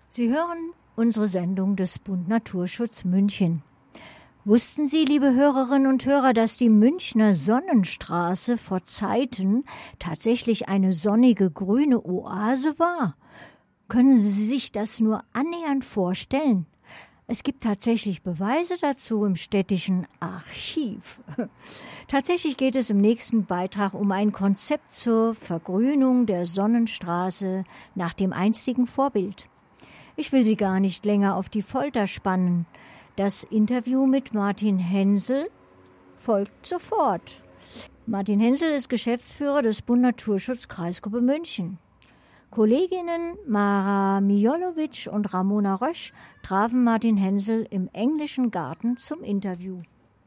Sie hören unsere Sendung des Bund Naturschutz München. Wussten Sie, liebe Hörerinnen und Hörer, dass die Münchner Sonnenstraße vor Zeiten tatsächlich eine sonnige grüne Oase war? Können Sie sich das nur annähernd vorstellen? Es gibt tatsächlich Beweise dazu im städtischen Archiv. Tatsächlich geht es im nächsten Beitrag um ein Konzept zur Vergrünung der Sonnenstraße nach dem einstigen Vorbild. Ich will Sie gar nicht länger auf die Folter spannen. Das Interview mit Martin Hensel folgt sofort. Martin Hensel ist Geschäftsführer des Bund Naturschutz Kreisgruppe München. Kolleginnen Mara Mijolovic und Ramona Rösch trafen Martin Hensel im englischen Garten zum Interview.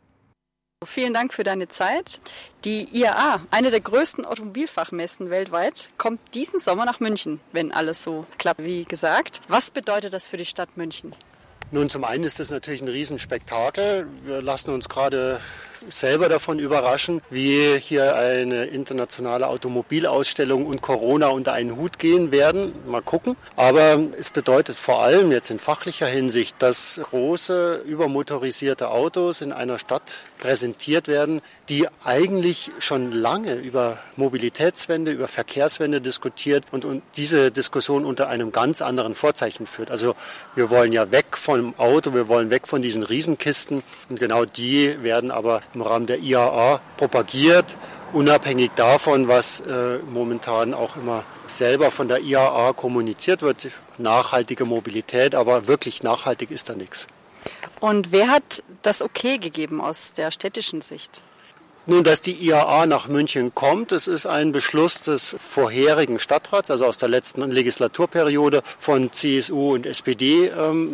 Vielen Dank für deine Zeit. Die IAA, eine der größten Automobilfachmessen weltweit, kommt diesen Sommer nach München, wenn alles so klappt wie gesagt. Was bedeutet das für die Stadt München? Nun, zum einen ist das natürlich ein Riesenspektakel. Wir lassen uns gerade selber davon überraschen, wie hier eine internationale Automobilausstellung und Corona unter einen Hut gehen werden. Mal gucken. Aber es bedeutet vor allem jetzt in fachlicher Hinsicht, dass große, übermotorisierte Autos in einer Stadt präsentiert werden, die eigentlich schon lange über Mobilitätswende, über Verkehrswende diskutiert und diese Diskussion unter einem ganz anderen Vorzeichen führt. Also wir wollen ja weg vom Auto, wir wollen weg von diesen Riesenkisten und genau die werden aber im Rahmen der IAA propagiert, unabhängig davon, was momentan auch immer selber von der IAA kommuniziert wird. Nachhaltige Mobilität, aber wirklich nachhaltig ist da nichts. Und wer hat das okay gegeben aus der städtischen Sicht? Nun, dass die IAA nach München kommt, es ist ein Beschluss des vorherigen Stadtrats, also aus der letzten Legislaturperiode von CSU und SPD,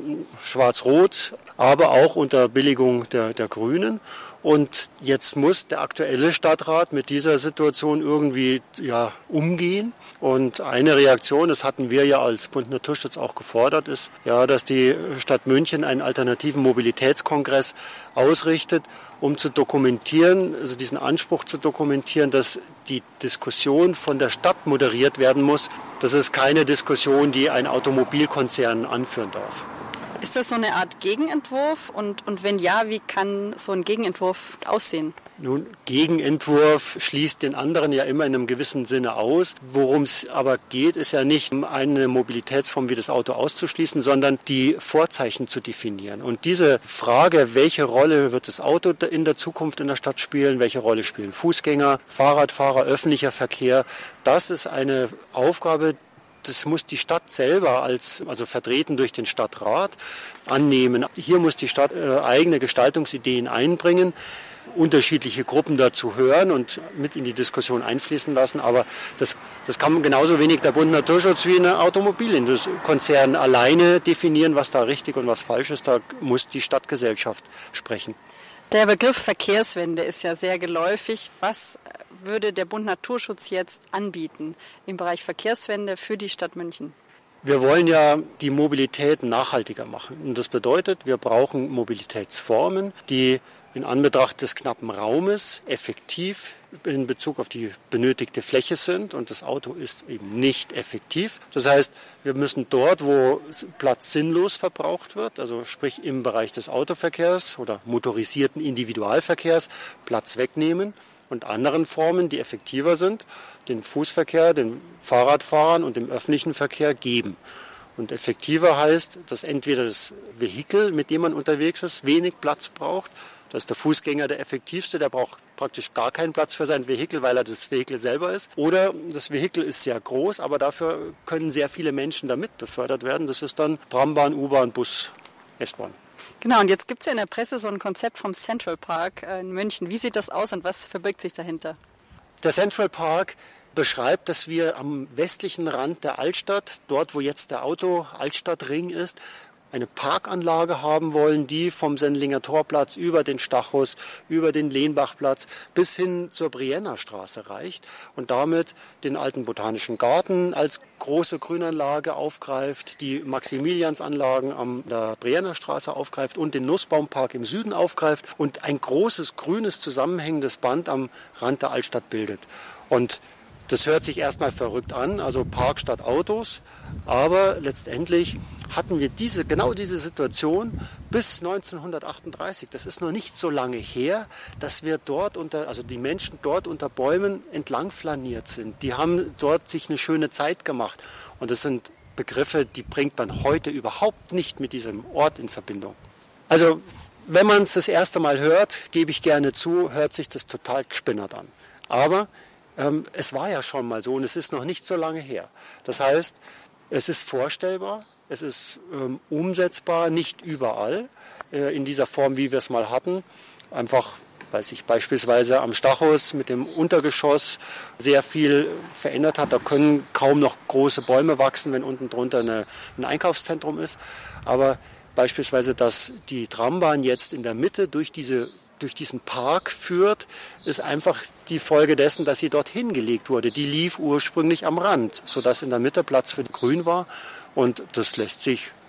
schwarz-rot, aber auch unter Billigung der Grünen. Und jetzt muss der aktuelle Stadtrat mit dieser Situation irgendwie umgehen. Und eine Reaktion, das hatten wir ja als Bund Naturschutz auch gefordert, ist, dass die Stadt München einen alternativen Mobilitätskongress ausrichtet, um zu dokumentieren, also diesen Anspruch zu dokumentieren, dass die Diskussion von der Stadt moderiert werden muss. Das ist keine Diskussion, die ein Automobilkonzern anführen darf. Ist das so eine Art Gegenentwurf? Und wenn ja, wie kann so ein Gegenentwurf aussehen? Nun, Gegenentwurf schließt den anderen ja immer in einem gewissen Sinne aus. Worum es aber geht, ist ja nicht eine Mobilitätsform wie das Auto auszuschließen, sondern die Vorzeichen zu definieren. Und diese Frage, welche Rolle wird das Auto in der Zukunft in der Stadt spielen, welche Rolle spielen Fußgänger, Fahrradfahrer, öffentlicher Verkehr, das ist eine Aufgabe, das muss die Stadt selber also vertreten durch den Stadtrat annehmen. Hier muss die Stadt eigene Gestaltungsideen einbringen, unterschiedliche Gruppen dazu hören und mit in die Diskussion einfließen lassen. Aber das kann genauso wenig der Bund Naturschutz wie eine Automobilkonzern alleine definieren, was da richtig und was falsch ist. Da muss die Stadtgesellschaft sprechen. Der Begriff Verkehrswende ist ja sehr geläufig. Was würde der Bund Naturschutz jetzt anbieten im Bereich Verkehrswende für die Stadt München? Wir wollen ja die Mobilität nachhaltiger machen. Und das bedeutet, wir brauchen Mobilitätsformen, die in Anbetracht des knappen Raumes effektiv in Bezug auf die benötigte Fläche sind. Und das Auto ist eben nicht effektiv. Das heißt, wir müssen dort, wo Platz sinnlos verbraucht wird, also sprich im Bereich des Autoverkehrs oder motorisierten Individualverkehrs, Platz wegnehmen. Und anderen Formen, die effektiver sind, den Fußverkehr, den Fahrradfahrern und dem öffentlichen Verkehr geben. Und effektiver heißt, dass entweder das Vehikel, mit dem man unterwegs ist, wenig Platz braucht. Das ist der Fußgänger der effektivste, der braucht praktisch gar keinen Platz für sein Vehikel, weil er das Vehikel selber ist. Oder das Vehikel ist sehr groß, aber dafür können sehr viele Menschen damit befördert werden. Das ist dann Trambahn, U-Bahn, Bus, S-Bahn. Genau, und jetzt gibt es ja in der Presse so ein Konzept vom Central Park in München. Wie sieht das aus und was verbirgt sich dahinter? Der Central Park beschreibt, dass wir am westlichen Rand der Altstadt, dort wo jetzt der Auto-Altstadtring ist, eine Parkanlage haben wollen, die vom Sendlinger Torplatz über den Stachus, über den Lehnbachplatz bis hin zur Brienner Straße reicht und damit den alten Botanischen Garten als große Grünanlage aufgreift, die Maximiliansanlagen an der Brienner Straße aufgreift und den Nussbaumpark im Süden aufgreift und ein großes grünes zusammenhängendes Band am Rand der Altstadt bildet. Und das hört sich erstmal verrückt an, also Park statt Autos, aber letztendlich hatten wir genau diese Situation bis 1938. Das ist noch nicht so lange her, dass wir dort die Menschen dort unter Bäumen entlang flaniert sind. Die haben dort sich eine schöne Zeit gemacht. Und das sind Begriffe, die bringt man heute überhaupt nicht mit diesem Ort in Verbindung. Also, wenn man es das erste Mal hört, gebe ich gerne zu, hört sich das total gespinnert an. Aber es war ja schon mal so und es ist noch nicht so lange her. Das heißt, es ist vorstellbar, es ist umsetzbar, nicht überall in dieser Form, wie wir es mal hatten. Einfach, weil sich beispielsweise am Stachus mit dem Untergeschoss sehr viel verändert hat. Da können kaum noch große Bäume wachsen, wenn unten drunter ein Einkaufszentrum ist. Aber beispielsweise, dass die Trambahn jetzt in der Mitte durch diesen Park führt, ist einfach die Folge dessen, dass sie dorthin gelegt wurde. Die lief ursprünglich am Rand, sodass in der Mitte Platz für Grün war. Und das lässt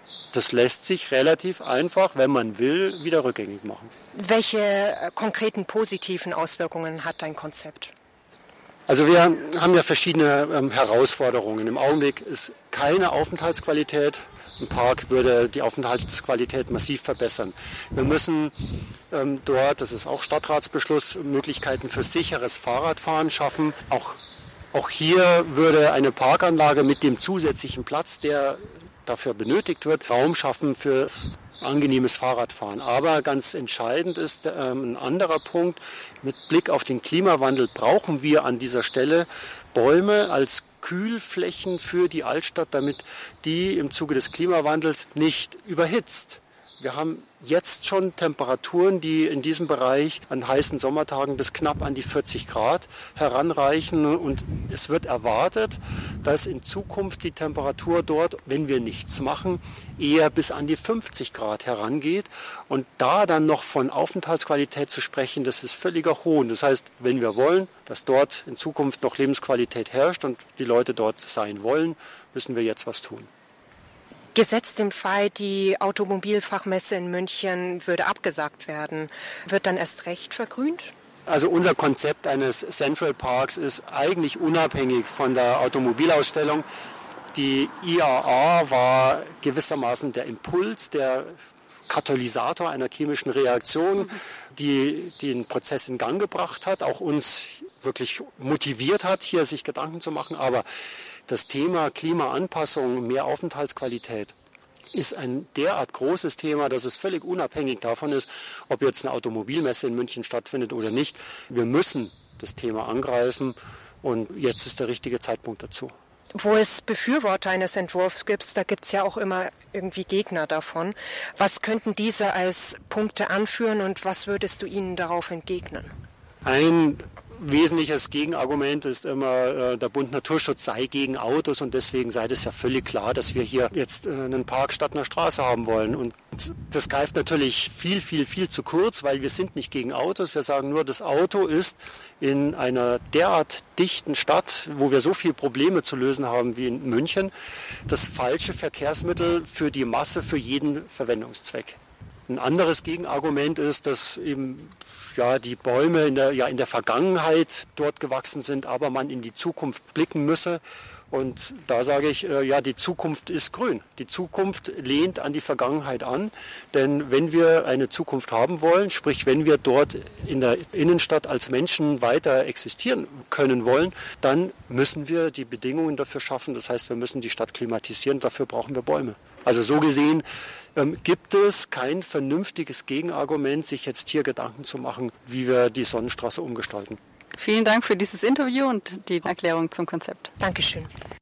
sich relativ einfach, wenn man will, wieder rückgängig machen. Welche konkreten positiven Auswirkungen hat dein Konzept? Also wir haben ja verschiedene Herausforderungen. Im Augenblick ist keine Aufenthaltsqualität. Im Park würde die Aufenthaltsqualität massiv verbessern. Wir müssen dort, das ist auch Stadtratsbeschluss, Möglichkeiten für sicheres Fahrradfahren schaffen. Auch hier würde eine Parkanlage mit dem zusätzlichen Platz, der dafür benötigt wird, Raum schaffen für angenehmes Fahrradfahren. Aber ganz entscheidend ist ein anderer Punkt. Mit Blick auf den Klimawandel brauchen wir an dieser Stelle Bäume als Kühlflächen für die Altstadt, damit die im Zuge des Klimawandels nicht überhitzt. Wir haben jetzt schon Temperaturen, die in diesem Bereich an heißen Sommertagen bis knapp an die 40 Grad heranreichen. Und es wird erwartet, dass in Zukunft die Temperatur dort, wenn wir nichts machen, eher bis an die 50 Grad herangeht. Und da dann noch von Aufenthaltsqualität zu sprechen, das ist völliger Hohn. Das heißt, wenn wir wollen, dass dort in Zukunft noch Lebensqualität herrscht und die Leute dort sein wollen, müssen wir jetzt was tun. Gesetzt im Fall, die Automobilfachmesse in München würde abgesagt werden, wird dann erst recht vergrünt? Also unser Konzept eines Central Parks ist eigentlich unabhängig von der Automobilausstellung. Die IAA war gewissermaßen der Impuls, der Katalysator einer chemischen Reaktion, die den Prozess in Gang gebracht hat, auch uns wirklich motiviert hat, hier sich Gedanken zu machen. Aber das Thema Klimaanpassung, mehr Aufenthaltsqualität ist ein derart großes Thema, dass es völlig unabhängig davon ist, ob jetzt eine Automobilmesse in München stattfindet oder nicht. Wir müssen das Thema angreifen und jetzt ist der richtige Zeitpunkt dazu. Wo es Befürworter eines Entwurfs gibt, da gibt es ja auch immer irgendwie Gegner davon. Was könnten diese als Punkte anführen und was würdest du ihnen darauf entgegnen? Ein wesentliches Gegenargument ist immer, der Bund Naturschutz sei gegen Autos und deswegen sei das ja völlig klar, dass wir hier jetzt einen Park statt einer Straße haben wollen. Und das greift natürlich viel zu kurz, weil wir sind nicht gegen Autos. Wir sagen nur, das Auto ist in einer derart dichten Stadt, wo wir so viele Probleme zu lösen haben wie in München, das falsche Verkehrsmittel für die Masse, für jeden Verwendungszweck. Ein anderes Gegenargument ist, dass eben die Bäume in der Vergangenheit dort gewachsen sind, aber man in die Zukunft blicken müsse. Und da sage ich, die Zukunft ist grün. Die Zukunft lehnt an die Vergangenheit an. Denn wenn wir eine Zukunft haben wollen, sprich wenn wir dort in der Innenstadt als Menschen weiter existieren können wollen, dann müssen wir die Bedingungen dafür schaffen. Das heißt, wir müssen die Stadt klimatisieren. Dafür brauchen wir Bäume. Also so gesehen gibt es kein vernünftiges Gegenargument, sich jetzt hier Gedanken zu machen, wie wir die Sonnenstraße umgestalten. Vielen Dank für dieses Interview und die Erklärung zum Konzept. Dankeschön.